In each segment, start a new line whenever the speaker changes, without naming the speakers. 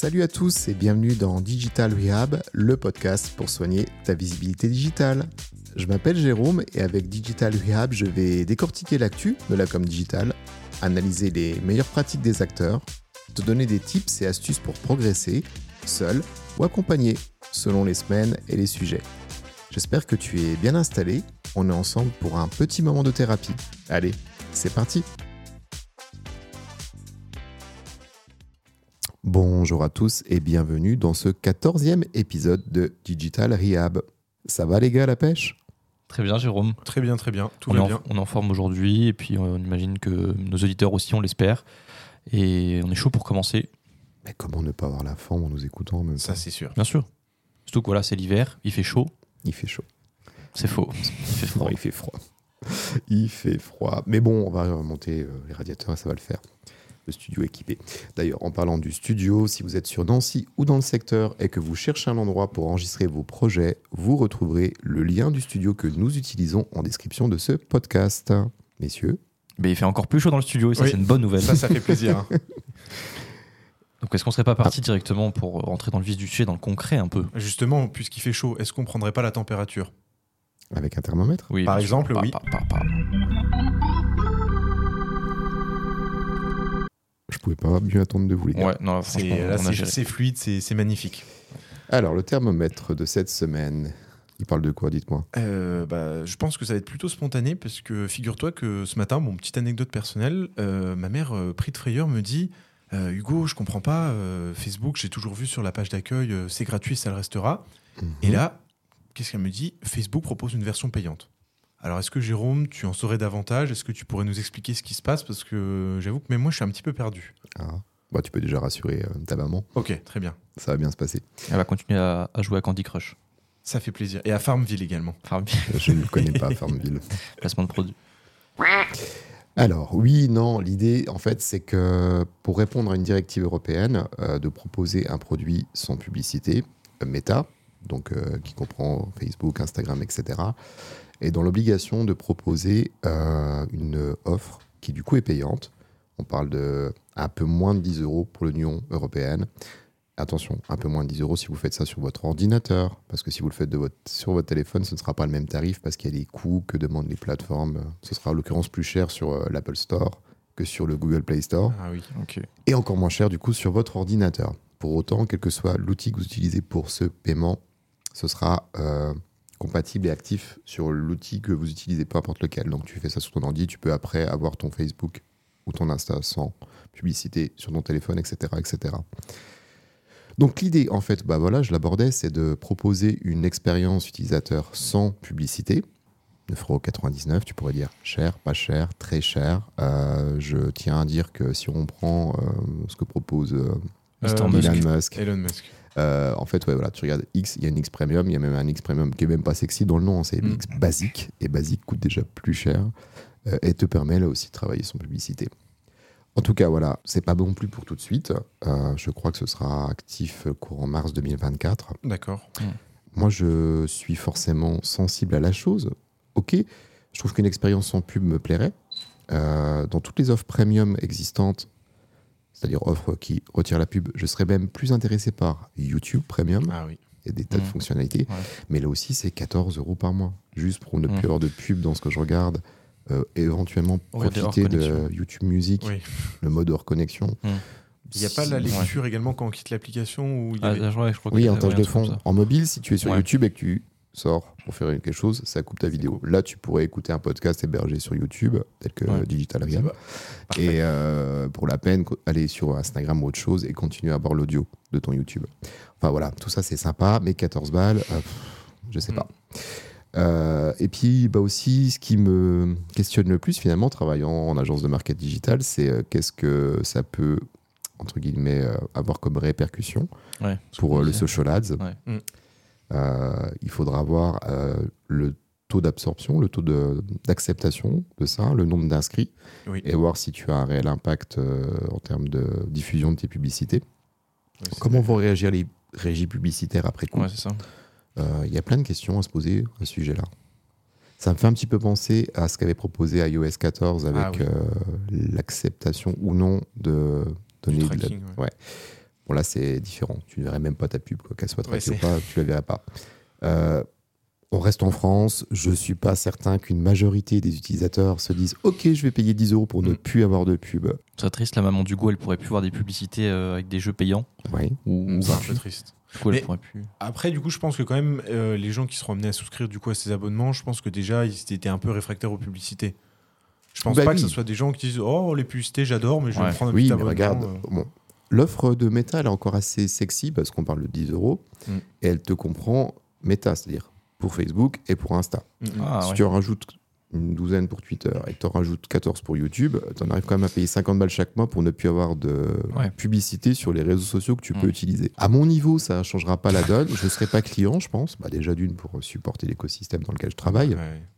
Salut à tous et bienvenue dans Digital Rehab, le podcast pour soigner ta visibilité digitale. Je m'appelle Jérôme et avec Digital Rehab, je vais décortiquer l'actu de la com digitale, analyser les meilleures pratiques des acteurs, te donner des tips et astuces pour progresser, seul ou accompagné, selon les semaines et les sujets. J'espère que tu es bien installé, on est ensemble pour un petit moment de thérapie. Allez, c'est parti! Bonjour à tous et bienvenue dans ce 14e épisode de Digital Rehab. Ça va les gars, la pêche ?
Très bien Jérôme.
Très bien, tout va bien.
On est en forme aujourd'hui et puis on imagine que nos auditeurs aussi, on l'espère. Et on est chaud pour commencer.
Mais comment ne pas avoir la forme en nous écoutant même
Ça, c'est sûr.
Bien sûr. Surtout que voilà, c'est l'hiver, il fait chaud.
Il fait chaud.
C'est faux. Il fait froid.
Non, il fait froid. Il fait froid. Mais bon, on va remonter les radiateurs et ça va le faire. Le studio équipé. D'ailleurs, en parlant du studio, si vous êtes sur Nancy ou dans le secteur et que vous cherchez un endroit pour enregistrer vos projets, vous retrouverez le lien du studio que nous utilisons en description de ce podcast. Messieurs.
Mais il fait encore plus chaud dans le studio et ça,
oui,
c'est une bonne nouvelle.
Ça fait plaisir. Hein.
Donc, est-ce qu'on serait pas parti directement pour rentrer dans le vif du sujet, dans le concret un peu ?
Justement, puisqu'il fait chaud, est-ce qu'on prendrait pas la température ?
Avec un thermomètre ?
Oui.
Par exemple, oui.
Je pouvais pas mieux attendre de vous, les gars.
Ouais, non, franchement,
c'est fluide, c'est magnifique.
Alors, le thermomètre de cette semaine, il parle de quoi, dites-moi ?
Je pense que ça va être plutôt spontané parce que figure-toi que ce matin, petite anecdote personnelle, ma mère, pris de frayeur, me dit Hugo, je comprends pas, Facebook, j'ai toujours vu sur la page d'accueil, c'est gratuit, ça le restera. Et là, qu'est-ce qu'elle me dit ? Facebook propose une version payante. Alors, est-ce que Jérôme, tu en saurais davantage ? Est-ce que tu pourrais nous expliquer ce qui se passe ? Parce que j'avoue que même moi, je suis un petit peu perdu.
Tu peux déjà rassurer ta maman.
Ok, très bien.
Ça va bien se passer.
Elle va continuer à jouer à Candy Crush.
Ça fait plaisir. Et à Farmville également.
Je ne connais pas Farmville.
Placement de produit.
Alors, oui, non, l'idée, en fait, c'est que pour répondre à une directive européenne, de proposer un produit sans publicité, Meta, donc qui comprend Facebook, Instagram, etc., est dans l'obligation de proposer une offre qui, du coup, est payante. On parle de un peu moins de 10 € pour l'Union européenne. Attention, un peu moins de 10 € si vous faites ça sur votre ordinateur, parce que si vous le faites sur votre téléphone, ce ne sera pas le même tarif, parce qu'il y a les coûts que demandent les plateformes. Ce sera en l'occurrence plus cher sur l'Apple Store que sur le Google Play Store.
Ah oui, ok.
Et encore moins cher, du coup, sur votre ordinateur. Pour autant, quel que soit l'outil que vous utilisez pour ce paiement, ce sera compatible et actif sur l'outil que vous utilisez, peu importe lequel. Donc, tu fais ça sur ton ordi, tu peux après avoir ton Facebook ou ton Insta sans publicité sur ton téléphone, etc., etc. Donc l'idée, en fait, je l'abordais, c'est de proposer une expérience utilisateur sans publicité. 9,99 €, tu pourrais dire cher, pas cher, très cher. Je tiens à dire que si on prend ce que propose
Elon Musk.
en fait, tu regardes X, il y a une X Premium, il y a même un X Premium qui est même pas sexy dans le nom, c'est X basique, et basique coûte déjà plus cher et te permet là aussi de travailler sans publicité. En tout cas, voilà, c'est pas non plus pour tout de suite. Je crois que ce sera actif courant mars 2024.
D'accord.
Moi, je suis forcément sensible à la chose. Ok, je trouve qu'une expérience sans pub me plairait. Dans toutes les offres premium existantes, c'est-à-dire offres qui retirent la pub, je serais même plus intéressé par YouTube Premium.
Ah oui.
Il y a des tas de fonctionnalités. Ouais. Mais là aussi, c'est 14 € par mois. Juste pour ne plus avoir de pub dans ce que je regarde. Et éventuellement profiter de YouTube Music, le mode hors connexion.
Il n'y a pas la lecture également quand on quitte l'application où il y avait...
je crois
oui, en tâche de fond. En mobile, si tu es sur YouTube et que tu sors pour faire quelque chose, ça coupe ta vidéo. Cool. Là, tu pourrais écouter un podcast hébergé sur YouTube, tel que Digital Rehab. Et pour la peine, aller sur Instagram ou autre chose et continuer à avoir l'audio de ton YouTube. Enfin voilà, tout ça c'est sympa, mais 14 balles, je sais pas. Et puis aussi, ce qui me questionne le plus finalement, travaillant en agence de market digital, c'est qu'est-ce que ça peut, entre guillemets, avoir comme répercussion pour le social ads. Il faudra avoir le taux d'absorption, le taux d'acceptation de ça, le nombre d'inscrits, et voir si tu as un réel impact en termes de diffusion de tes publicités. Comment vont réagir les régies publicitaires après coup ?
C'est ça.
Il y a plein de questions à se poser à ce sujet-là. Ça me fait un petit peu penser à ce qu'avait proposé iOS 14 avec l'acceptation ou non de donner...
tracking,
Bon, là, c'est différent. Tu ne verrais même pas ta pub, quoi. Qu'elle soit traquée
Ouais,
ou pas, tu la verrais pas. On reste en France. Je ne suis pas certain qu'une majorité des utilisateurs se disent « Ok, je vais payer 10 € pour ne plus avoir de pub. »
C'est triste, la maman d'Hugo, elle pourrait plus voir des publicités avec des jeux payants.
Oui.
C'est un peu triste.
Du coup, elle
Mais
pourrait plus.
après, du coup, je pense que quand même, les gens qui seront amenés à souscrire du coup à ces abonnements, je pense que déjà, ils étaient un peu réfractaires aux publicités. Je pense pas que ce soit des gens qui disent « Oh, les publicités, j'adore, mais je vais me prendre un petit abonnement. »
regarde, bon, l'offre de Meta, elle est encore assez sexy parce qu'on parle de 10 € et elle te comprend Meta, c'est-à-dire pour Facebook et pour Insta. Si tu en rajoutes une douzaine pour Twitter et que tu en rajoutes 14 pour YouTube, tu en arrives quand même à payer 50 balles chaque mois pour ne plus avoir de publicité sur les réseaux sociaux que tu peux utiliser. À mon niveau, ça ne changera pas la donne. Je ne serai pas client, je pense. Déjà d'une pour supporter l'écosystème dans lequel je travaille.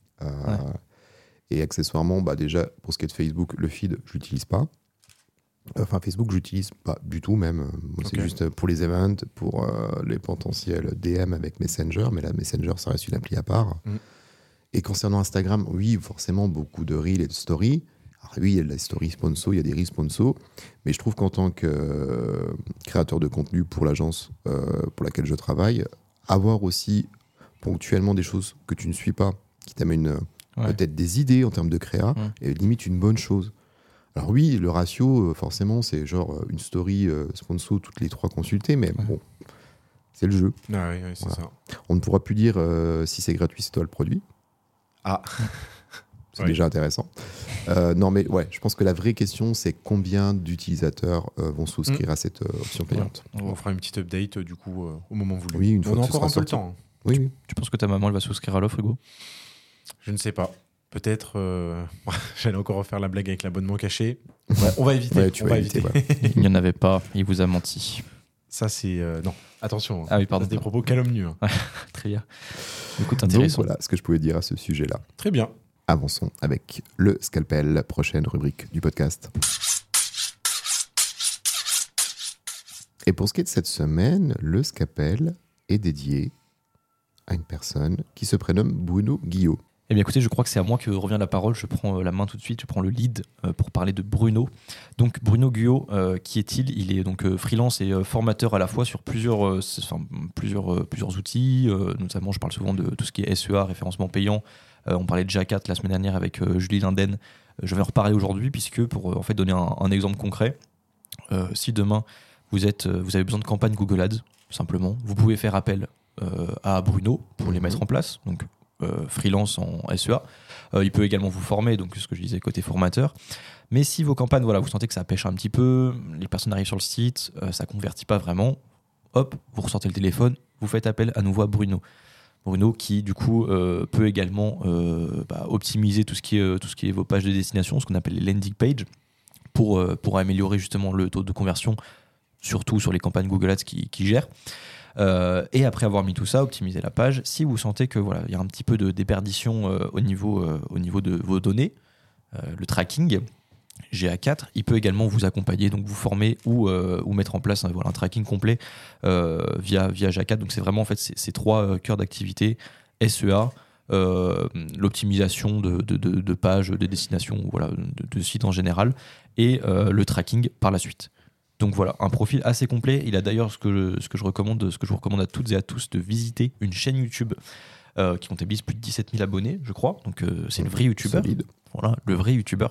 Et accessoirement, déjà, pour ce qui est de Facebook, le feed, je l'utilise pas. Enfin, Facebook, je l'utilise pas du tout même. Moi, c'est juste pour les events, pour les potentiels DM avec Messenger. Mais là, Messenger, ça reste une appli à part. Et concernant Instagram, oui, forcément, beaucoup de reels et de stories. Alors oui, il y a des stories sponsor, il y a des reels sponsor. Mais je trouve qu'en tant que créateur de contenu pour l'agence pour laquelle je travaille, avoir aussi ponctuellement des choses que tu ne suis pas, qui t'amènent peut-être des idées en termes de créa, et limite une bonne chose. Alors oui, le ratio, forcément, c'est genre une story sponsor toutes les 3 consultées, mais bon, c'est le jeu.
C'est ça.
On ne pourra plus dire si c'est gratuit, c'est toi le produit. C'est déjà intéressant. Non, mais je pense que la vraie question, c'est combien d'utilisateurs vont souscrire à cette option payante.
On fera une petite update du coup au moment voulu.
Oui, une fois
on a
que ce
encore
sera
un peu le
sorti.
temps.
Oui.
Tu penses que ta maman, elle va souscrire à l'offre, Hugo ?
Je ne sais pas. Peut-être. J'allais encore refaire la blague avec l'abonnement caché. On va éviter.
Tu vas éviter.
Il n'y en avait pas, il vous a menti.
Ça, c'est. Non, attention.
Ah oui, pardon.
C'est des propos calomnieux.
Très bien. Écoute,
Donc
intéressant.
voilà ce que je pouvais dire à ce sujet-là.
Très bien.
Avançons avec le scalpel, prochaine rubrique du podcast. Et pour ce qui est de cette semaine, le scalpel est dédié à une personne qui se prénomme Bruno Guillot.
Eh bien écoutez, je crois que c'est à moi que revient la parole. Je prends la main tout de suite, je prends le lead pour parler de Bruno. Donc Bruno Guillot, qui est-il ? Il est donc freelance et formateur à la fois sur plusieurs outils. Notamment, je parle souvent de tout ce qui est SEA, référencement payant. On parlait de GA4 la semaine dernière avec Julie Linden. Je vais en reparler aujourd'hui puisque pour en fait donner un exemple concret, si demain vous avez besoin de campagne Google Ads, simplement, vous pouvez faire appel à Bruno pour les mettre en place. Donc freelance en SEA. Il peut également vous former, donc ce que je disais côté formateur. Mais si vos campagnes, vous sentez que ça pêche un petit peu, les personnes arrivent sur le site, ça convertit pas vraiment, hop, vous ressortez le téléphone, vous faites appel à nouveau à Bruno. Bruno qui du coup peut également optimiser tout ce qui est vos pages de destination, ce qu'on appelle les landing pages, pour améliorer justement le taux de conversion, surtout sur les campagnes Google Ads qui gèrent. Et après avoir mis tout ça, optimiser la page. Si vous sentez que il y a un petit peu de déperdition au niveau de vos données, le tracking GA4, il peut également vous accompagner, donc vous former ou mettre en place un tracking complet via GA4. Donc c'est vraiment en fait ces 3 cœurs d'activité: SEA, l'optimisation de pages, de destinations, de sites en général, et le tracking par la suite. Donc voilà, un profil assez complet. Il a d'ailleurs ce que je vous recommande à toutes et à tous de visiter une chaîne YouTube qui comptabilise plus de 17 000 abonnés, je crois. Donc c'est le vrai YouTuber. Voilà, le vrai YouTuber.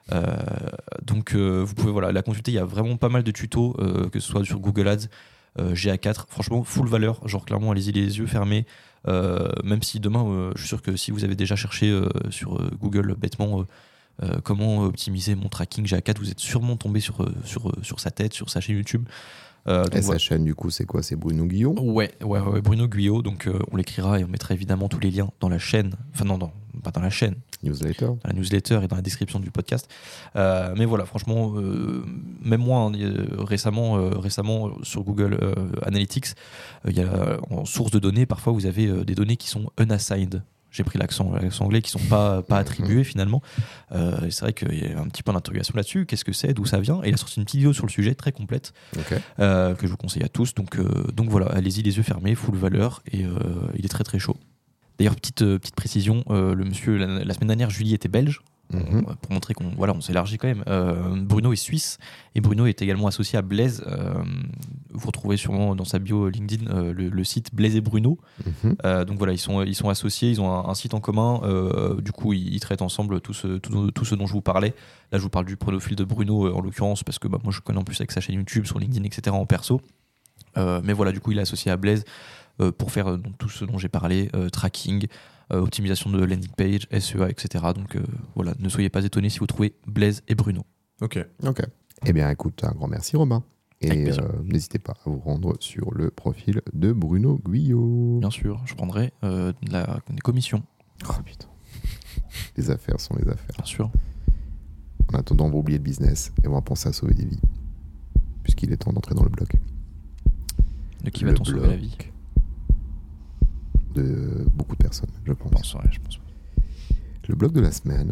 Donc vous pouvez la consulter. Il y a vraiment pas mal de tutos, que ce soit sur Google Ads, GA4. Franchement, full valeur. Genre clairement, allez-y les yeux fermés. Même si demain, je suis sûr que si vous avez déjà cherché sur Google bêtement comment optimiser mon tracking GA4, vous êtes sûrement tombé sur sa tête, sur sa chaîne YouTube.
Sa chaîne, du coup, c'est quoi ? C'est Bruno Guillot ?
Ouais, Bruno Guillot. Donc, on l'écrira et on mettra évidemment tous les liens dans la chaîne. Enfin, non, pas dans la chaîne.
Newsletter.
Dans la newsletter et dans la description du podcast. Mais voilà, franchement, même moi, récemment, sur Google Analytics, il y a en source de données, parfois, vous avez des données qui sont unassigned. J'ai pris l'accent anglais, qui ne sont pas attribués finalement. Et c'est vrai qu'il y a un petit point d'interrogation là-dessus. Qu'est-ce que c'est ? D'où ça vient ? Et il a sorti une petite vidéo sur le sujet très complète, que je vous conseille à tous. Donc voilà, allez-y les yeux fermés, full valeur, et il est très très chaud. D'ailleurs, petite précision, le monsieur, la semaine dernière, Julie était belge. pour montrer qu'on s'élargit quand même. Bruno est suisse et Bruno est également associé à Blaise. Vous retrouvez sûrement dans sa bio LinkedIn le site Blaise et Bruno. Donc voilà, ils sont associés, ils ont un site en commun. Du coup, ils traitent ensemble tout ce dont je vous parlais. Là, je vous parle du profil de Bruno en l'occurrence parce que moi je connais en plus avec sa chaîne YouTube, sur LinkedIn, etc. en perso. Mais voilà, du coup, il est associé à Blaise pour faire tout ce dont j'ai parlé, tracking, optimisation de landing page, SEA, etc. Donc voilà, ne soyez pas étonnés si vous trouvez Blaise et Bruno.
Ok.
Eh bien, écoute, un grand merci, Robin. Et n'hésitez pas à vous rendre sur le profil de Bruno Guyot.
Bien sûr, je prendrai des commissions.
Oh putain. Les affaires sont les affaires.
Bien sûr.
En attendant, on va oublier le business et on va penser à sauver des vies. Puisqu'il est temps d'entrer dans le bloc.
De qui va-t-on sauver la vie ?
De beaucoup de personnes, je pense.
Je pense.
Le bloc de la semaine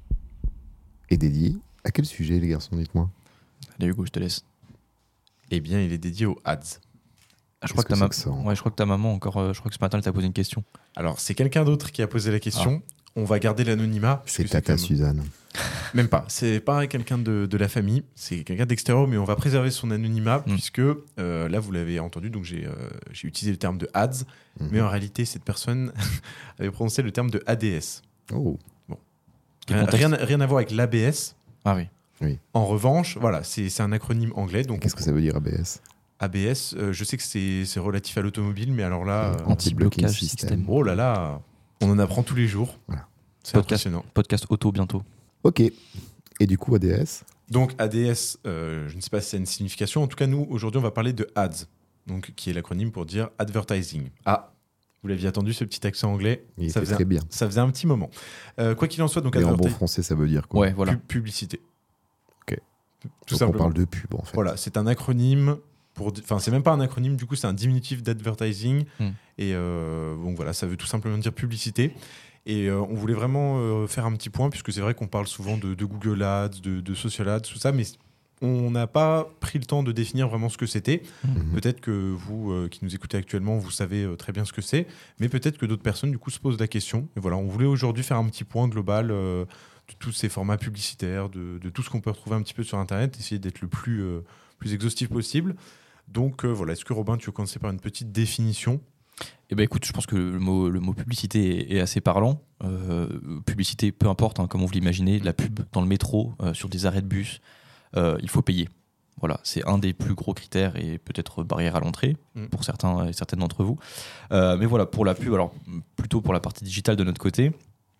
est dédié à quel sujet, les garçons, dites-moi ?
Allez Hugo, je te laisse.
Eh bien, il est dédié aux ads.
Je crois que ta maman encore. Je crois que ce matin elle t'a posé une question.
Alors, c'est quelqu'un d'autre qui a posé la question. On va garder l'anonymat.
C'est Tata Suzanne.
Même pas. C'est pas quelqu'un de la famille. C'est quelqu'un d'extérieur, mais on va préserver son anonymat puisque là, vous l'avez entendu. Donc, j'ai utilisé le terme de ads, mais en réalité, cette personne avait prononcé le terme de ADS.
Oh.
Bon. Rien à voir avec l'ABS.
Ah oui.
En revanche, voilà, c'est un acronyme anglais. Donc
qu'est-ce que ça veut dire ABS ?
ABS, je sais que c'est relatif à l'automobile, mais alors là...
Anti-blocage système.
Oh là là, on en apprend tous les jours. Voilà. C'est impressionnant.
Podcast auto bientôt.
Ok. Et du coup, ADS ?
Donc ADS, je ne sais pas si c'est une signification. En tout cas, nous, aujourd'hui, on va parler de ads, donc, qui est l'acronyme pour dire advertising. Ah, vous l'aviez attendu, ce petit accent anglais.
Ça faisait très bien.
Ça faisait un petit moment. Quoi qu'il en soit, donc
en bon français, ça veut dire quoi ?
Ouais, voilà.
Publicité.
Ok.
Tout
donc
simplement.
On parle de pub, en fait.
Voilà, c'est un acronyme... Enfin, c'est même pas un acronyme, du coup, c'est un diminutif d'advertising. Et donc voilà, ça veut tout simplement dire publicité. Et on voulait vraiment faire un petit point, puisque c'est vrai qu'on parle souvent de Google Ads, de Social Ads, tout ça, mais on n'a pas pris le temps de définir vraiment ce que c'était. Peut-être que vous qui nous écoutez actuellement, vous savez très bien ce que c'est, mais peut-être que d'autres personnes, du coup, se posent la question. Et voilà, on voulait aujourd'hui faire un petit point global de tous ces formats publicitaires, de tout ce qu'on peut retrouver un petit peu sur Internet, essayer d'être le plus exhaustif possible. Donc voilà, est-ce que Robin, tu veux commencer par une petite définition ?
Eh ben écoute, je pense que le mot publicité est assez parlant. Publicité, peu importe, hein, comme vous l'imaginez, de la pub dans le métro, sur des arrêts de bus, il faut payer. Voilà, c'est un des plus gros critères et peut-être barrière à l'entrée pour certains et certaines d'entre vous. Mais voilà, pour la pub, alors plutôt pour la partie digitale de notre côté,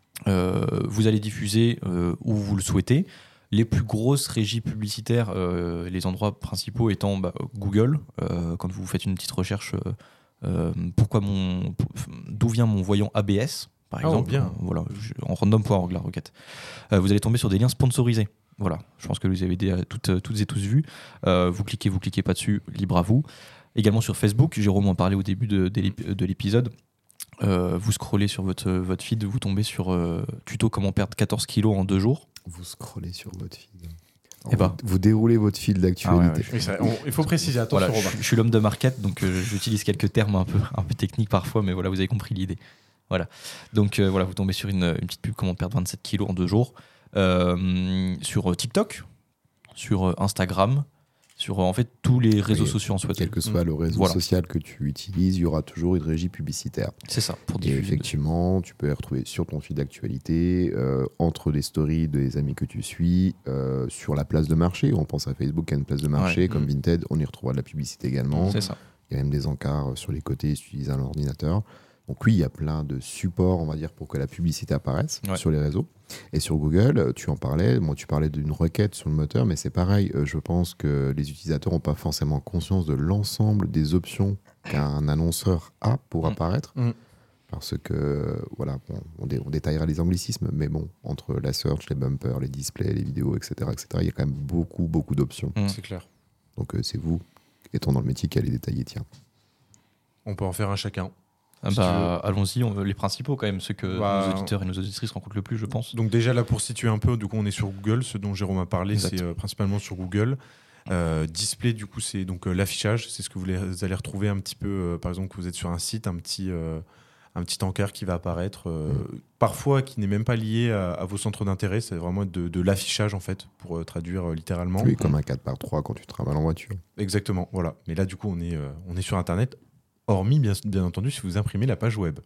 vous allez diffuser où vous le souhaitez. Les plus grosses régies publicitaires, les endroits principaux étant Google. Quand vous faites une petite recherche, d'où vient mon voyant ABS, par exemple.
Bien.
Voilà, en random.org, la requête. Vous allez tomber sur des liens sponsorisés. Voilà, je pense que vous avez toutes et tous vu. Vous cliquez pas dessus, libre à vous. Également sur Facebook, Jérôme en parlait au début de l'épisode. Vous scrollez sur votre feed, vous tombez sur tuto comment perdre 14 kilos en 2 jours.
Vous scrollez sur votre feed.
Vous
déroulez votre fil d'actualité.
Il faut préciser, attention
voilà,
Robin.
Je suis l'homme de market, donc j'utilise quelques termes un peu techniques parfois, mais voilà, vous avez compris l'idée. Voilà. Donc voilà, vous tombez sur une petite pub comment perdre 27 kilos en 2 jours. Sur TikTok, sur Instagram, sur en fait tous les réseaux sociaux en soi.
Quel que soit le réseau social que tu utilises, il y aura toujours une régie publicitaire.
C'est ça.
Et effectivement, tu peux les retrouver sur ton fil d'actualité, entre les stories des amis que tu suis, sur la place de marché. On pense à Facebook qui a une place de marché, comme Vinted, on y retrouvera de la publicité également.
C'est ça.
Il y a même des encarts sur les côtés si tu utilises un ordinateur. Donc oui, il y a plein de supports, on va dire, pour que la publicité apparaisse sur les réseaux. Et sur Google, tu en parlais, tu parlais d'une requête sur le moteur, mais c'est pareil, je pense que les utilisateurs n'ont pas forcément conscience de l'ensemble des options qu'un annonceur a pour apparaître. Parce que, voilà, on détaillera les anglicismes, mais bon, entre la search, les bumpers, les displays, les vidéos, etc., il y a quand même beaucoup d'options.
C'est clair.
Donc c'est vous, étant dans le métier, qui allez détailler, tiens.
On peut en faire un chacun.
Allons-y, les principaux quand même, ceux que nos auditeurs et nos auditrices rencontrent le plus, je pense.
Donc déjà là, pour situer un peu, du coup on est sur Google, ce dont Jérôme a parlé, c'est principalement sur Google. Display, du coup, c'est donc l'affichage, c'est ce que vous allez retrouver un petit peu, par exemple, que vous êtes sur un site, un petit un petit encart qui va apparaître, parfois qui n'est même pas lié à vos centres d'intérêt, c'est vraiment de l'affichage en fait, pour traduire littéralement.
Oui, comme un 4x3 quand tu travailles en voiture.
Exactement, voilà. Mais là, du coup, on est sur Internet, hormis bien entendu si vous imprimez la page web.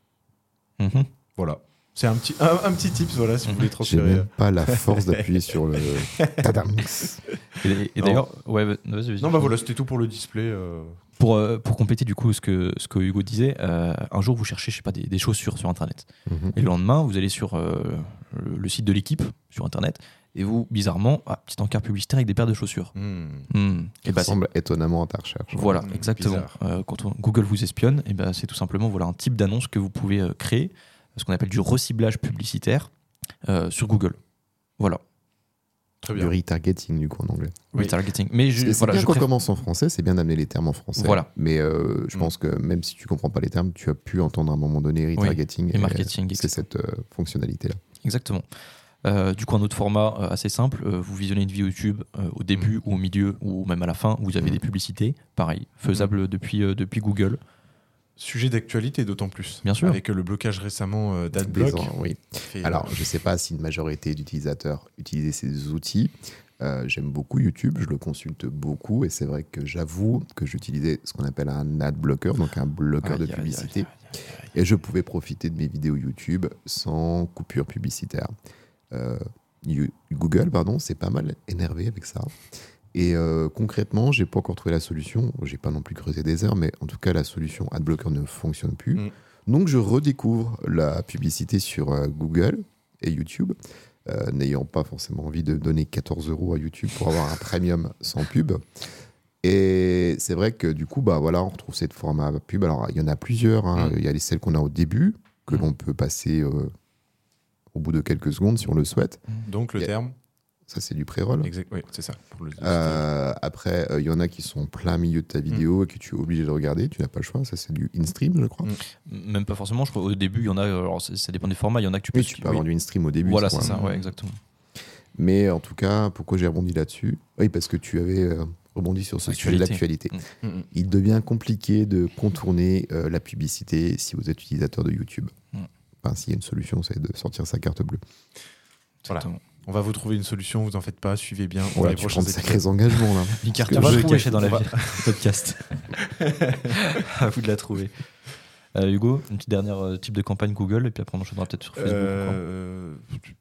Voilà. C'est un petit tips, voilà, si vous voulez
J'ai
transférer.
même pas la force d'appuyer sur le tadam.
Et d'ailleurs, vas-y.
Non, bah voilà, c'était tout pour le display.
Pour compléter du coup ce que Hugo disait, un jour vous cherchez, je sais pas, des chaussures sur Internet. Et le lendemain, vous allez sur le site de l'équipe sur Internet et vous, bizarrement, petit encart publicitaire avec des paires de chaussures.
Qui ressemble étonnamment à ta recherche.
Voilà, exactement. Quand Google vous espionne, et c'est tout simplement un type d'annonce que vous pouvez créer, ce qu'on appelle du reciblage publicitaire sur Google. Voilà.
Très bien.
Du retargeting, du coup, en anglais.
Retargeting. Mais
c'est bien qu'on commence en français, c'est bien d'amener les termes en français.
Voilà.
Mais je pense que même si tu comprends pas les termes, tu as pu entendre à un moment donné retargeting
et marketing.
C'est cette fonctionnalité-là.
Exactement. Du coup, un autre format assez simple, vous visionnez une vidéo YouTube au début ou au milieu ou même à la fin, vous avez des publicités, pareil, faisable depuis Google.
Sujet d'actualité d'autant plus.
Bien sûr.
Avec le blocage récemment d'AdBlock.
Oui. Alors, je ne sais pas si une majorité d'utilisateurs utilisaient ces outils. J'aime beaucoup YouTube, je le consulte beaucoup et c'est vrai que j'avoue que j'utilisais ce qu'on appelle un adblocker, donc un bloqueur de publicité. Et je pouvais profiter de mes vidéos YouTube sans coupure publicitaire. Google, c'est pas mal énervé avec ça. Et concrètement, j'ai pas encore trouvé la solution. J'ai pas non plus creusé des heures, mais en tout cas, la solution AdBlocker ne fonctionne plus. Donc, je redécouvre la publicité sur Google et YouTube, n'ayant pas forcément envie de donner 14 € à YouTube pour avoir un premium sans pub. Et c'est vrai que du coup, on retrouve cette format pub. Alors, il y en a plusieurs. Il y a celles qu'on a au début, que l'on peut passer au bout de quelques secondes si on le souhaite.
Donc, le terme.
Ça, c'est du pré-roll.
Oui, c'est ça.
Après, il y en a qui sont plein milieu de ta vidéo et que tu es obligé de regarder. Tu n'as pas le choix. Ça, c'est du in-stream, je crois.
Même pas forcément. Je crois au début, il y en a. Alors, ça dépend des formats. Il y en a que tu peux.
Oui, tu peux avoir du in-stream au début.
Voilà, c'est ça. Ouais, exactement.
Mais en tout cas, pourquoi j'ai rebondi là-dessus ? Oui, parce que tu avais rebondi sur ce sujet de l'actualité. Il devient compliqué de contourner la publicité si vous êtes utilisateur de YouTube. Enfin, s'il y a une solution, c'est de sortir sa carte bleue.
Voilà. On va vous trouver une solution, vous en faites pas, suivez bien.
Voilà, tu prends de sacrés engagements là.
Une carte bleue cachée dans la vie. Podcast. À vous de la trouver. Hugo, une petite dernière type de campagne Google et puis après on enchaînera peut-être sur Facebook.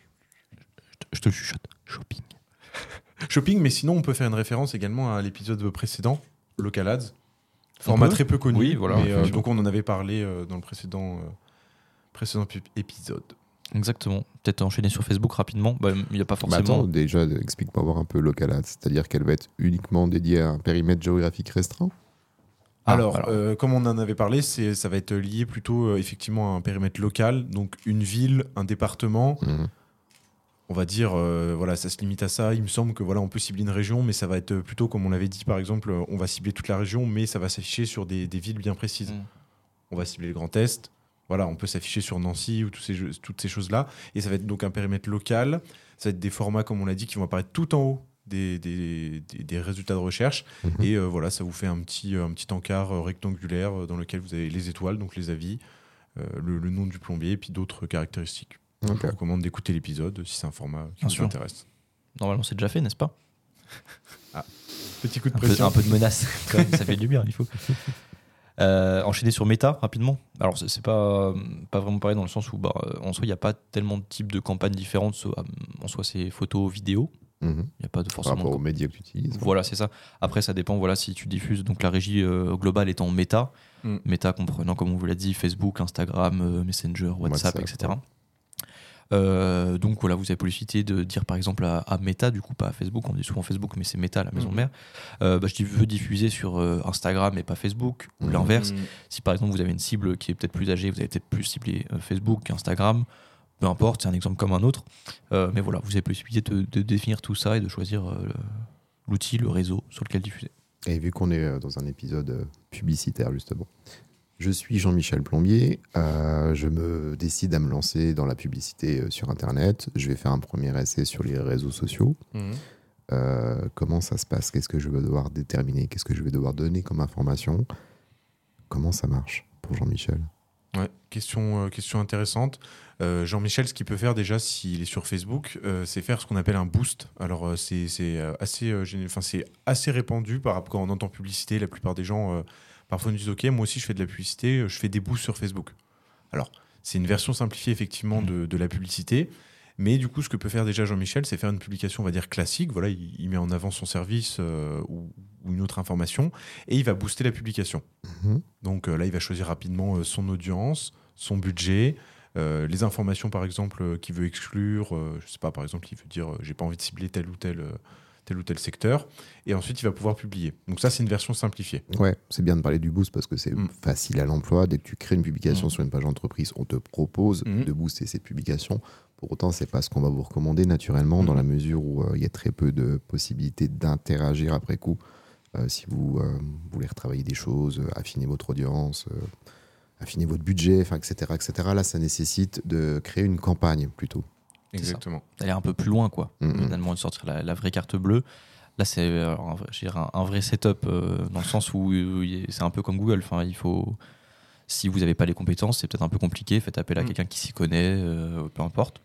Je te chuchote.
Shopping, mais sinon on peut faire une référence également à l'épisode précédent, Local Ads. Format très peu connu.
Oui, voilà.
Mais, donc on en avait parlé dans le précédent épisode.
Exactement. Peut-être enchaîner sur Facebook rapidement. Il n'y a pas forcément.
Attends, déjà, explique-moi voir un peu Local Ads. C'est-à-dire qu'elle va être uniquement dédiée à un périmètre géographique restreint ?
Alors, comme on en avait parlé, ça va être lié plutôt effectivement à un périmètre local, donc une ville, un département. On va dire, ça se limite à ça. Il me semble que on peut cibler une région, mais ça va être plutôt, comme on l'avait dit, par exemple, on va cibler toute la région, mais ça va s'afficher sur des villes bien précises. On va cibler le Grand Est. Voilà, on peut s'afficher sur Nancy ou toutes ces choses-là. Et ça va être donc un périmètre local. Ça va être des formats, comme on l'a dit, qui vont apparaître tout en haut des résultats de recherche. Et ça vous fait un petit encart rectangulaire dans lequel vous avez les étoiles, donc les avis, le nom du plombier et puis d'autres caractéristiques. Je vous recommande d'écouter l'épisode si c'est un format qui vous intéresse.
Normalement, c'est déjà fait, n'est-ce pas ?
Petit coup de pression.
Un peu de menace, quand même, ça fait du bien, il faut. Enchaîner sur Meta rapidement. Alors c'est pas vraiment pareil dans le sens où en soi il n'y a pas tellement de types de campagnes différentes. En soi c'est photo, vidéo. Il n'y a pas de forcément.
Par rapport aux médias que tu utilises.
Voilà, c'est ça. Après ça dépend. Si tu diffuses, donc la régie globale étant Meta, Meta comprenant comme on vous l'a dit Facebook, Instagram, Messenger, WhatsApp, etc. Donc vous avez possibilité de dire par exemple à Meta, du coup pas à Facebook, on dit souvent Facebook mais c'est Meta la maison mère, je veux diffuser sur Instagram et pas Facebook, ou l'inverse. Si par exemple vous avez une cible qui est peut-être plus âgée, vous avez peut-être plus ciblé Facebook qu'Instagram, peu importe, c'est un exemple comme un autre, mais vous avez possibilité de définir tout ça et de choisir l'outil, le réseau sur lequel diffuser.
Et vu qu'on est dans un épisode publicitaire justement, je suis Jean-Michel Plombier, je me décide à me lancer dans la publicité sur Internet. Je vais faire un premier essai sur les réseaux sociaux. Comment ça se passe ? Qu'est-ce que je vais devoir déterminer ? Qu'est-ce que je vais devoir donner comme information ? Comment ça marche pour Jean-Michel ?
Ouais, question intéressante. Jean-Michel, ce qu'il peut faire déjà s'il est sur Facebook, c'est faire ce qu'on appelle un boost. Alors c'est assez répandu par rapport quand on entend publicité. La plupart des gens parfois nous disent ok, moi aussi je fais de la publicité, je fais des boosts sur Facebook. Alors c'est une version simplifiée effectivement de la publicité. Mais du coup, ce que peut faire déjà Jean-Michel, c'est faire une publication, on va dire, classique. Voilà, il met en avant son service ou une autre information et il va booster la publication. Donc là, il va choisir rapidement son audience, son budget, les informations, par exemple, qu'il veut exclure. Je sais pas, par exemple, il veut dire j'ai pas envie de cibler tel ou tel secteur. Et ensuite, il va pouvoir publier. Donc ça, c'est une version simplifiée.
Ouais, c'est bien de parler du boost parce que c'est facile à l'emploi. Dès que tu crées une publication sur une page d'entreprise, on te propose de booster cette publication. Pour autant, c'est pas ce qu'on va vous recommander naturellement dans la mesure où il y a très peu de possibilités d'interagir après coup. Si vous voulez retravailler des choses, affiner votre audience, affiner votre budget, etc., etc. Là, ça nécessite de créer une campagne plutôt.
Exactement.
D'aller un peu plus loin, quoi. Finalement, de sortir la vraie carte bleue. Là, c'est un vrai setup dans le sens où c'est un peu comme Google. Enfin, il faut, si vous n'avez pas les compétences, c'est peut-être un peu compliqué. Faites appel à quelqu'un qui s'y connaît, peu importe.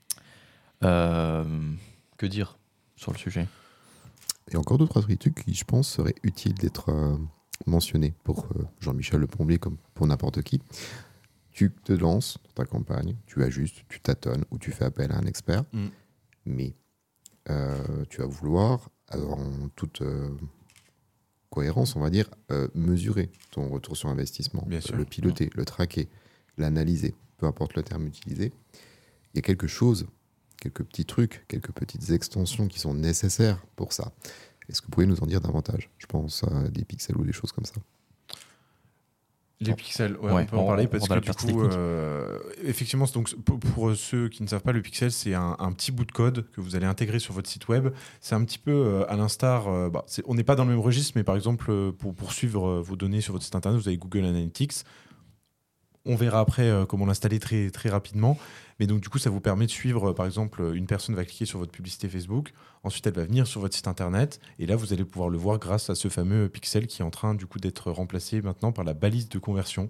Que dire sur le sujet?
Il y a encore 2-3 trucs qui, je pense, seraient utiles d'être mentionnés pour Jean-Michel Le Plombier comme pour n'importe qui. Tu te lances dans ta campagne, tu ajustes, tu tâtonnes ou tu fais appel à un expert, mais tu vas vouloir, en toute cohérence, on va dire, mesurer ton retour sur investissement, le piloter, le traquer, l'analyser, peu importe le terme utilisé. Il y a quelque chose, quelques petits trucs, quelques petites extensions qui sont nécessaires pour ça. Est-ce que vous pouvez nous en dire davantage? Je pense à des pixels ou des choses comme ça.
Les pixels, on peut en parler parce que du coup, effectivement, donc, pour ceux qui ne savent pas, le pixel, c'est un petit bout de code que vous allez intégrer sur votre site web. C'est un petit peu à l'instar, on n'est pas dans le même registre, mais par exemple, pour suivre vos données sur votre site internet, vous avez Google Analytics. On verra après comment l'installer très, très rapidement. Mais donc, du coup, ça vous permet de suivre, par exemple, une personne va cliquer sur votre publicité Facebook. Ensuite, elle va venir sur votre site internet. Et là, vous allez pouvoir le voir grâce à ce fameux pixel qui est en train, du coup, d'être remplacé maintenant par la balise de conversion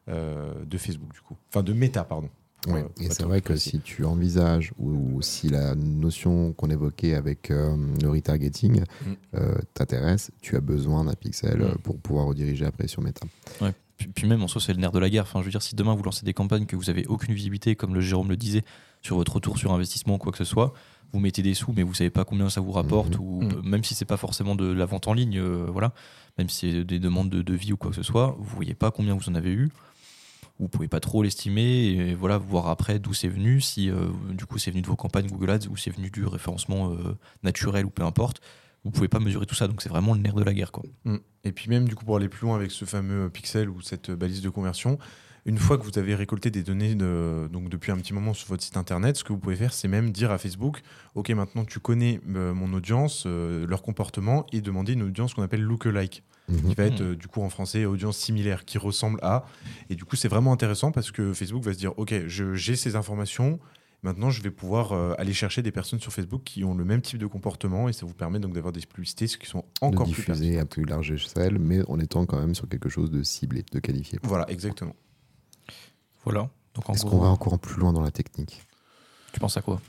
de Facebook, du coup. Enfin, de Meta, pardon.
Ouais, et c'est vrai que si tu envisages, ou si la notion qu'on évoquait avec le retargeting t'intéresse, tu as besoin d'un pixel pour pouvoir rediriger après sur Meta.
Ouais. Puis même en soi, c'est le nerf de la guerre. Enfin, je veux dire, si demain vous lancez des campagnes que vous n'avez aucune visibilité, comme le Jérôme le disait, sur votre retour sur investissement ou quoi que ce soit, vous mettez des sous, mais vous ne savez pas combien ça vous rapporte, ou même si ce n'est pas forcément de la vente en ligne, voilà, même si c'est des demandes de devis ou quoi que ce soit, vous ne voyez pas combien vous en avez eu. Vous ne pouvez pas trop l'estimer, et voilà, voir après d'où c'est venu, si du coup c'est venu de vos campagnes Google Ads ou c'est venu du référencement naturel ou peu importe. Vous pouvez pas mesurer tout ça, donc c'est vraiment le nerf de la guerre, quoi.
Et puis même du coup pour aller plus loin avec ce fameux pixel ou cette balise de conversion, une fois que vous avez récolté des données donc depuis un petit moment sur votre site internet, ce que vous pouvez faire, c'est même dire à Facebook, ok, maintenant tu connais mon audience, leur comportement, et demander une audience qu'on appelle lookalike, qui va être du coup en français audience similaire, qui ressemble à, et du coup c'est vraiment intéressant parce que Facebook va se dire, ok, j'ai ces informations. Maintenant, je vais pouvoir aller chercher des personnes sur Facebook qui ont le même type de comportement, et ça vous permet donc d'avoir des publicités qui sont encore plus pertinentes. De
diffuser à plus large échelle, mais en étant quand même sur quelque chose de ciblé, de qualifié.
Voilà, exactement.
Voilà.
Est-ce qu'on va encore plus loin dans la technique?
Tu penses à quoi?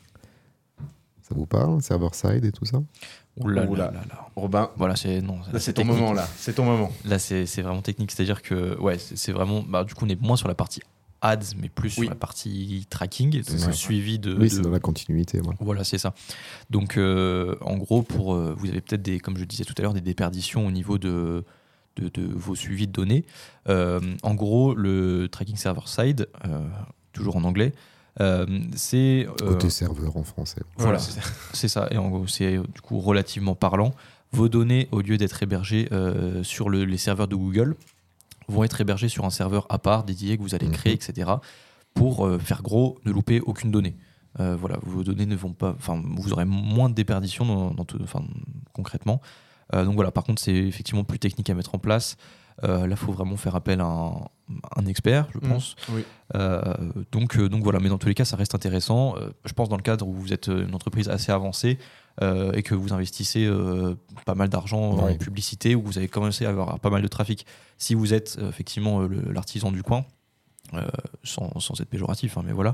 Ça vous parle, server-side et tout ça?
Oula.
Robin,
voilà,
c'est ton moment là. C'est ton moment.
Là, c'est vraiment technique, c'est-à-dire que c'est vraiment. Du coup, on est moins sur la partie ads, mais plus sur la partie tracking, donc suivi de...
Oui, c'est dans la continuité.
Voilà, c'est ça. Donc, en gros, vous avez peut-être, comme je disais tout à l'heure, des déperditions au niveau de vos suivis de données. En gros, le tracking server-side, toujours en anglais, c'est...
Côté serveur en français.
Voilà, c'est ça. Et en gros, c'est du coup relativement parlant. Vos données, au lieu d'être hébergées sur les serveurs de Google, vont être hébergés sur un serveur à part dédié que vous allez créer, etc. pour faire gros, ne louper aucune donnée. Voilà, vos données ne vont pas, vous aurez moins de déperdition concrètement. Donc voilà, par contre, c'est effectivement plus technique à mettre en place. Là, il faut vraiment faire appel à un expert, je pense.
Oui.
Donc voilà, mais dans tous les cas, ça reste intéressant. Je pense dans le cadre où vous êtes une entreprise assez avancée et que vous investissez pas mal d'argent en publicité, où vous avez commencé à avoir pas mal de trafic. Si vous êtes effectivement l'artisan du coin, sans être péjoratif, hein, mais voilà.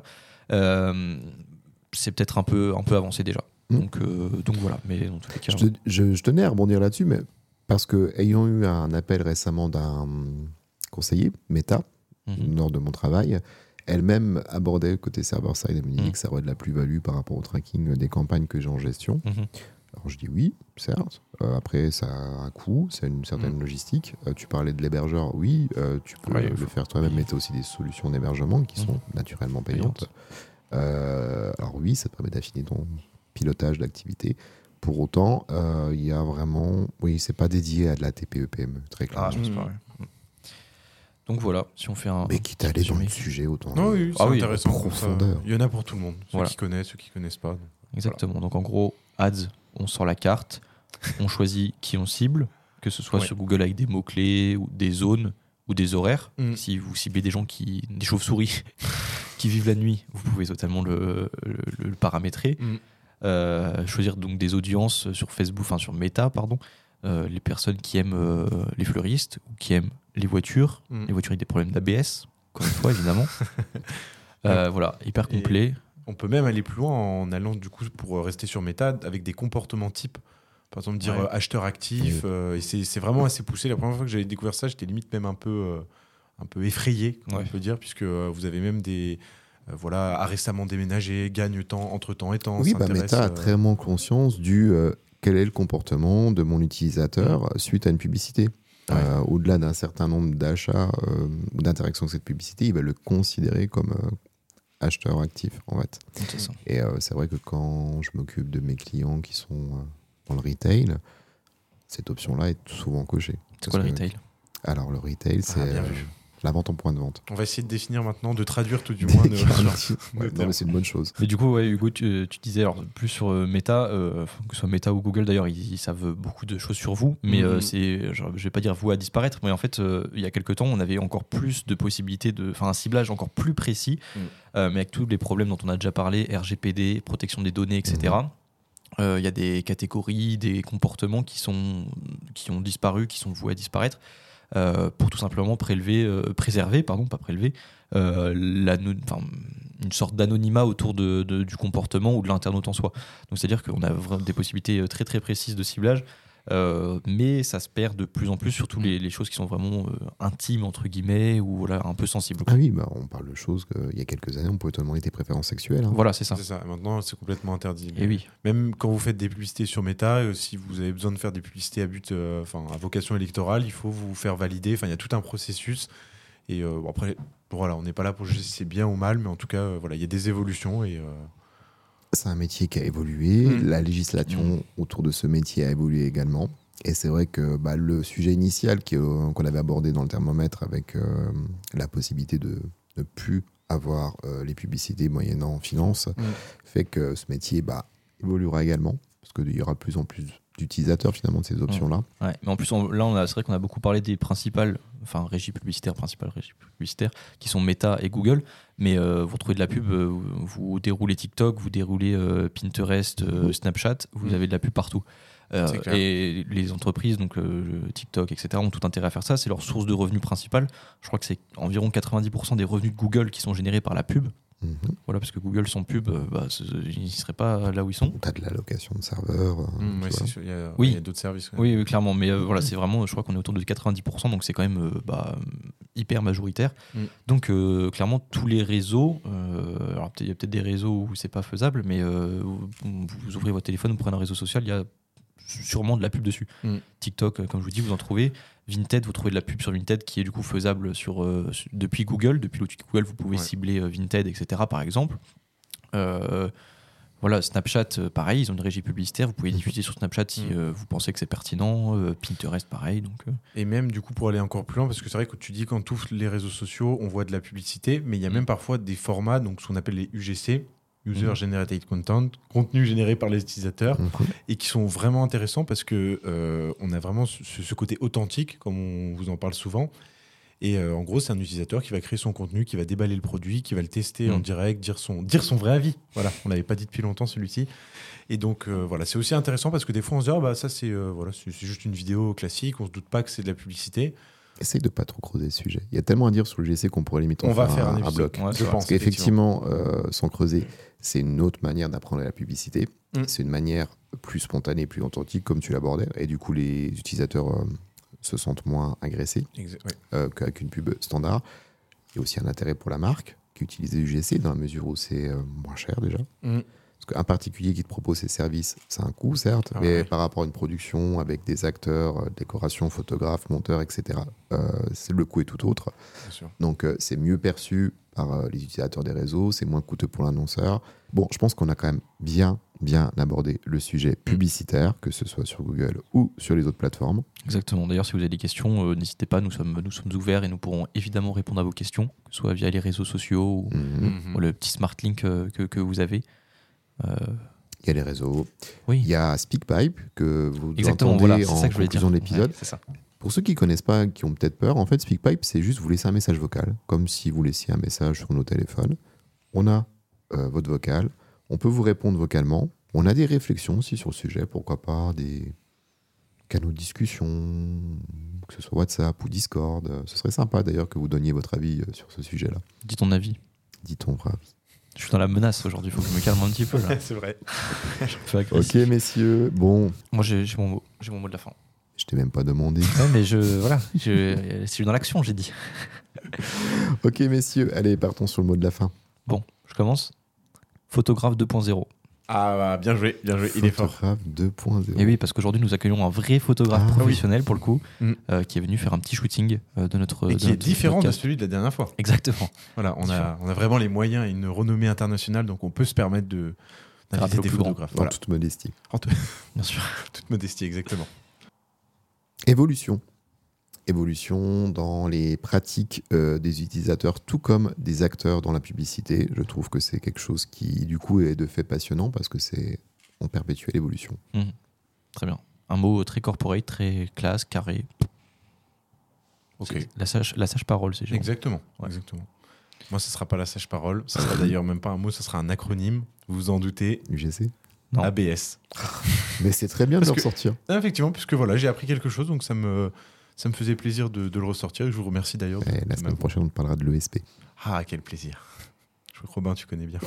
C'est peut-être un peu avancé déjà. Donc voilà, mais dans tous les cas...
Je tenais à rebondir là-dessus, mais parce que ayant eu un appel récemment d'un conseiller, Meta, lors de mon travail, elle-même abordait côté server-side, elle me disait que ça aurait de la plus-value par rapport au tracking des campagnes que j'ai en gestion. Alors je dis oui, certes. Après, ça a un coût, c'est une certaine logistique. Tu parlais de l'hébergeur, oui, tu peux le faire toi-même, mais tu as aussi des solutions d'hébergement qui sont naturellement payantes. Alors oui, ça te permet d'affiner ton pilotage d'activité. Pour autant, il y a vraiment... Oui, c'est pas dédié à de la TPE-PME, très clairement.
Je pense pas, Donc voilà, si on fait un...
Mais quitte à aller dans le sujet, autant...
oui, c'est intéressant.
Profondeur.
Il y en a pour tout le monde. Ceux qui connaissent, ceux qui connaissent pas. Donc,
exactement. Voilà. Donc en gros, ads, on sort la carte, on choisit qui on cible, que ce soit sur Google avec des mots-clés, ou des zones, ou des horaires. Si vous ciblez des gens des chauves-souris qui vivent la nuit, vous pouvez totalement le paramétrer. Choisir donc des audiences sur Facebook, enfin sur Meta, pardon, les personnes qui aiment les fleuristes ou qui aiment les voitures avec des problèmes d'ABS, encore une fois évidemment. Voilà, hyper complet.
Et on peut même aller plus loin en allant du coup pour rester sur Meta avec des comportements types. Par exemple, dire acheteur actif, et c'est vraiment assez poussé. La première fois que j'avais découvert ça, j'étais limite même un peu effrayé, on peut dire, puisque vous avez même des a récemment déménagé, gagne temps entre temps et temps.
Oui, Meta a très conscience du quel est le comportement de mon utilisateur suite à une publicité. Au-delà d'un certain nombre d'achats ou d'interactions avec cette publicité, il va le considérer comme acheteur actif, en fait.
C'est ça.
Et c'est vrai que quand je m'occupe de mes clients qui sont dans le retail, cette option-là est souvent cochée.
C'est quoi le retail ?
Alors, le retail, c'est la vente en point de vente.
On va essayer de définir maintenant, de traduire tout du moins.
Non, mais c'est une bonne chose.
Mais du coup, Hugo, tu disais, alors, plus sur Meta, que ce soit Meta ou Google d'ailleurs, ils savent beaucoup de choses sur vous, mais je vais pas dire vous à disparaître, mais en fait, il y a quelques temps, on avait encore plus de possibilités, un ciblage encore plus précis, mais avec tous les problèmes dont on a déjà parlé, RGPD, protection des données, etc. Il y a des catégories, des comportements qui ont disparu, qui sont voués à disparaître. Pour tout simplement préserver, une sorte d'anonymat autour du comportement ou de l'internaute en soi. Donc c'est-à-dire qu'on a vraiment des possibilités très très précises de ciblage, mais ça se perd de plus en plus, surtout les choses qui sont vraiment intimes entre guillemets ou un peu sensibles.
Ah oui, on parle de choses qu'il y a quelques années on pouvait te demander tes préférences sexuelles. Hein.
Voilà, c'est ça.
Maintenant c'est complètement interdit.
Et oui.
Même quand vous faites des publicités sur Meta, si vous avez besoin de faire des publicités à but, à vocation électorale, il faut vous faire valider. Il y a tout un processus. Et après, on n'est pas là pour juger si c'est bien ou mal, mais en tout cas, il y a des évolutions et.
C'est un métier qui a évolué, la législation autour de ce métier a évolué également. Et c'est vrai que le sujet initial qu'on avait abordé dans le thermomètre avec la possibilité de ne plus avoir les publicités moyennant finance fait que ce métier évoluera également, parce qu'il y aura de plus en plus d'utilisateurs finalement de ces options-là.
Ouais. Mais en plus, c'est vrai qu'on a beaucoup parlé des principales régies publicitaires qui sont Meta et Google, mais vous retrouvez de la pub, vous déroulez TikTok, vous déroulez Pinterest, Snapchat, vous avez de la pub partout. Et les entreprises, donc TikTok, etc., ont tout intérêt à faire ça. C'est leur source de revenus principale. Je crois que c'est environ 90% des revenus de Google qui sont générés par la pub. Voilà, parce que Google sans pub, ils ne seraient pas là où ils sont.
Tu as de la location de serveurs.
C'est sûr, il y a d'autres services.
Oui, clairement. Mais c'est vraiment, je crois qu'on est autour de 90%, donc c'est quand même hyper majoritaire. Donc clairement, tous les réseaux, alors il y a peut-être des réseaux où c'est pas faisable, mais vous ouvrez votre téléphone, vous prenez un réseau social, il y a sûrement de la pub dessus. TikTok, comme je vous dis, vous en trouvez. Vinted, vous trouvez de la pub sur Vinted qui est du coup faisable depuis Google. Depuis l'outil Google, vous pouvez cibler Vinted, etc. par exemple. Snapchat, pareil, ils ont une régie publicitaire. Vous pouvez diffuser sur Snapchat si vous pensez que c'est pertinent. Pinterest, pareil. Donc,
Et même du coup, pour aller encore plus loin, parce que c'est vrai que tu dis quand tu ouvres les réseaux sociaux, on voit de la publicité, mais il y a même parfois des formats, donc ce qu'on appelle les UGC. User Generated Content, contenu généré par les utilisateurs, et qui sont vraiment intéressants parce que on a vraiment ce côté authentique, comme on vous en parle souvent. Et en gros, c'est un utilisateur qui va créer son contenu, qui va déballer le produit, qui va le tester en direct, dire son vrai avis. Voilà, on l'avait pas dit depuis longtemps celui-ci. Et donc c'est aussi intéressant parce que des fois on se dit ça c'est juste une vidéo classique, on se doute pas que c'est de la publicité.
essaye de pas trop creuser le sujet. Il y a tellement à dire sur le GC qu'on pourrait limiter
On va faire un
bloc.
je pense.
Parce qu'effectivement, sans creuser, c'est une autre manière d'apprendre la publicité. C'est une manière plus spontanée, plus authentique, comme tu l'abordais. Et du coup, les utilisateurs se sentent moins agressés qu'avec une pub standard. Il y a aussi un intérêt pour la marque qui utilise du GC dans la mesure où c'est moins cher déjà. Parce qu'un particulier qui te propose ses services, c'est un coût, certes, mais par rapport à une production avec des acteurs, décoration, photographes, monteurs, etc., le coût est tout autre. Donc, c'est mieux perçu par les utilisateurs des réseaux, c'est moins coûteux pour l'annonceur. Bon, je pense qu'on a quand même bien abordé le sujet publicitaire, que ce soit sur Google ou sur les autres plateformes.
Exactement. D'ailleurs, si vous avez des questions, n'hésitez pas, nous sommes ouverts et nous pourrons évidemment répondre à vos questions, que ce soit via les réseaux sociaux ou le petit smart link que vous avez.
Il y a les réseaux,
oui.
Il y a SpeakPipe que vous
Exactement,
entendez
voilà,
en conclusion de l'épisode.
Ouais, c'est ça.
Pour ceux qui ne connaissent pas, qui ont peut-être peur, en fait, SpeakPipe, c'est juste vous laisser un message vocal, comme si vous laissiez un message sur nos téléphones. On a votre vocal, on peut vous répondre vocalement. On a des réflexions aussi sur le sujet, pourquoi pas des canaux de discussion, que ce soit WhatsApp ou Discord. Ce serait sympa d'ailleurs que vous donniez votre avis sur ce sujet-là.
Dis ton avis.
Dis ton vrai avis.
Je suis dans la menace aujourd'hui, il faut que je me calme un petit peu là.
C'est vrai.
Ok messieurs, bon.
Moi j'ai mon mot de la fin.
Je t'ai même pas demandé.
Ouais, mais je suis dans l'action, j'ai dit.
Ok messieurs, allez partons sur le mot de la fin.
Bon, je commence. Photographe 2.0.
Ah, bien joué, il est fort.
Photographe 2.0.
Et oui, parce qu'aujourd'hui nous accueillons un vrai photographe professionnel pour le coup, qui est venu faire un petit shooting de notre.
Et qui est différent
podcast.
de celui de la dernière fois.
Exactement.
Voilà, on a vraiment les moyens et une renommée internationale, donc on peut se permettre d'inviter des photographes.
En toute modestie.
Bien sûr.
Toute modestie, exactement.
Évolution dans les pratiques des utilisateurs, tout comme des acteurs dans la publicité. Je trouve que c'est quelque chose qui, du coup, est de fait passionnant parce que on perpétue l'évolution.
Très bien. Un mot très corporate, très classe, carré.
Ok.
La sage parole, c'est génial.
Exactement. Moi, ce ne sera pas la sage parole. Ce sera d'ailleurs même pas un mot, ce sera un acronyme. Vous vous en doutez.
UGC.
Non.
ABS.
Mais c'est très bien de le ressortir.
Effectivement, puisque voilà, j'ai appris quelque chose, donc ça me faisait plaisir de le ressortir. Et je vous remercie d'ailleurs.
La semaine prochaine, on parlera de l'ESP.
Ah, quel plaisir. Je crois que Robin, tu connais bien.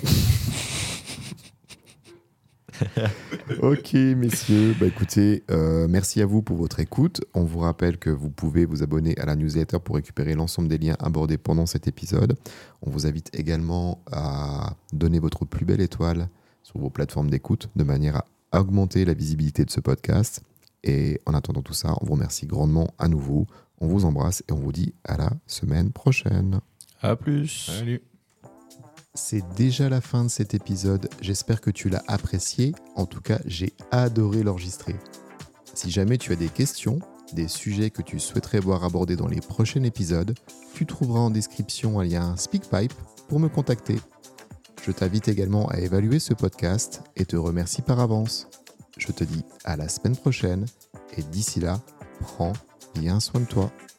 Ok, messieurs. Écoutez, merci à vous pour votre écoute. On vous rappelle que vous pouvez vous abonner à la newsletter pour récupérer l'ensemble des liens abordés pendant cet épisode. On vous invite également à donner votre plus belle étoile sur vos plateformes d'écoute de manière à augmenter la visibilité de ce podcast. Et en attendant tout ça, on vous remercie grandement à nouveau. On vous embrasse et on vous dit à la semaine prochaine.
À plus.
Salut.
C'est déjà la fin de cet épisode. J'espère que tu l'as apprécié. En tout cas, j'ai adoré l'enregistrer. Si jamais tu as des questions, des sujets que tu souhaiterais voir abordés dans les prochains épisodes, tu trouveras en description un lien SpeakPipe pour me contacter. Je t'invite également à évaluer ce podcast et te remercie par avance. Je te dis à la semaine prochaine et d'ici là, prends bien soin de toi.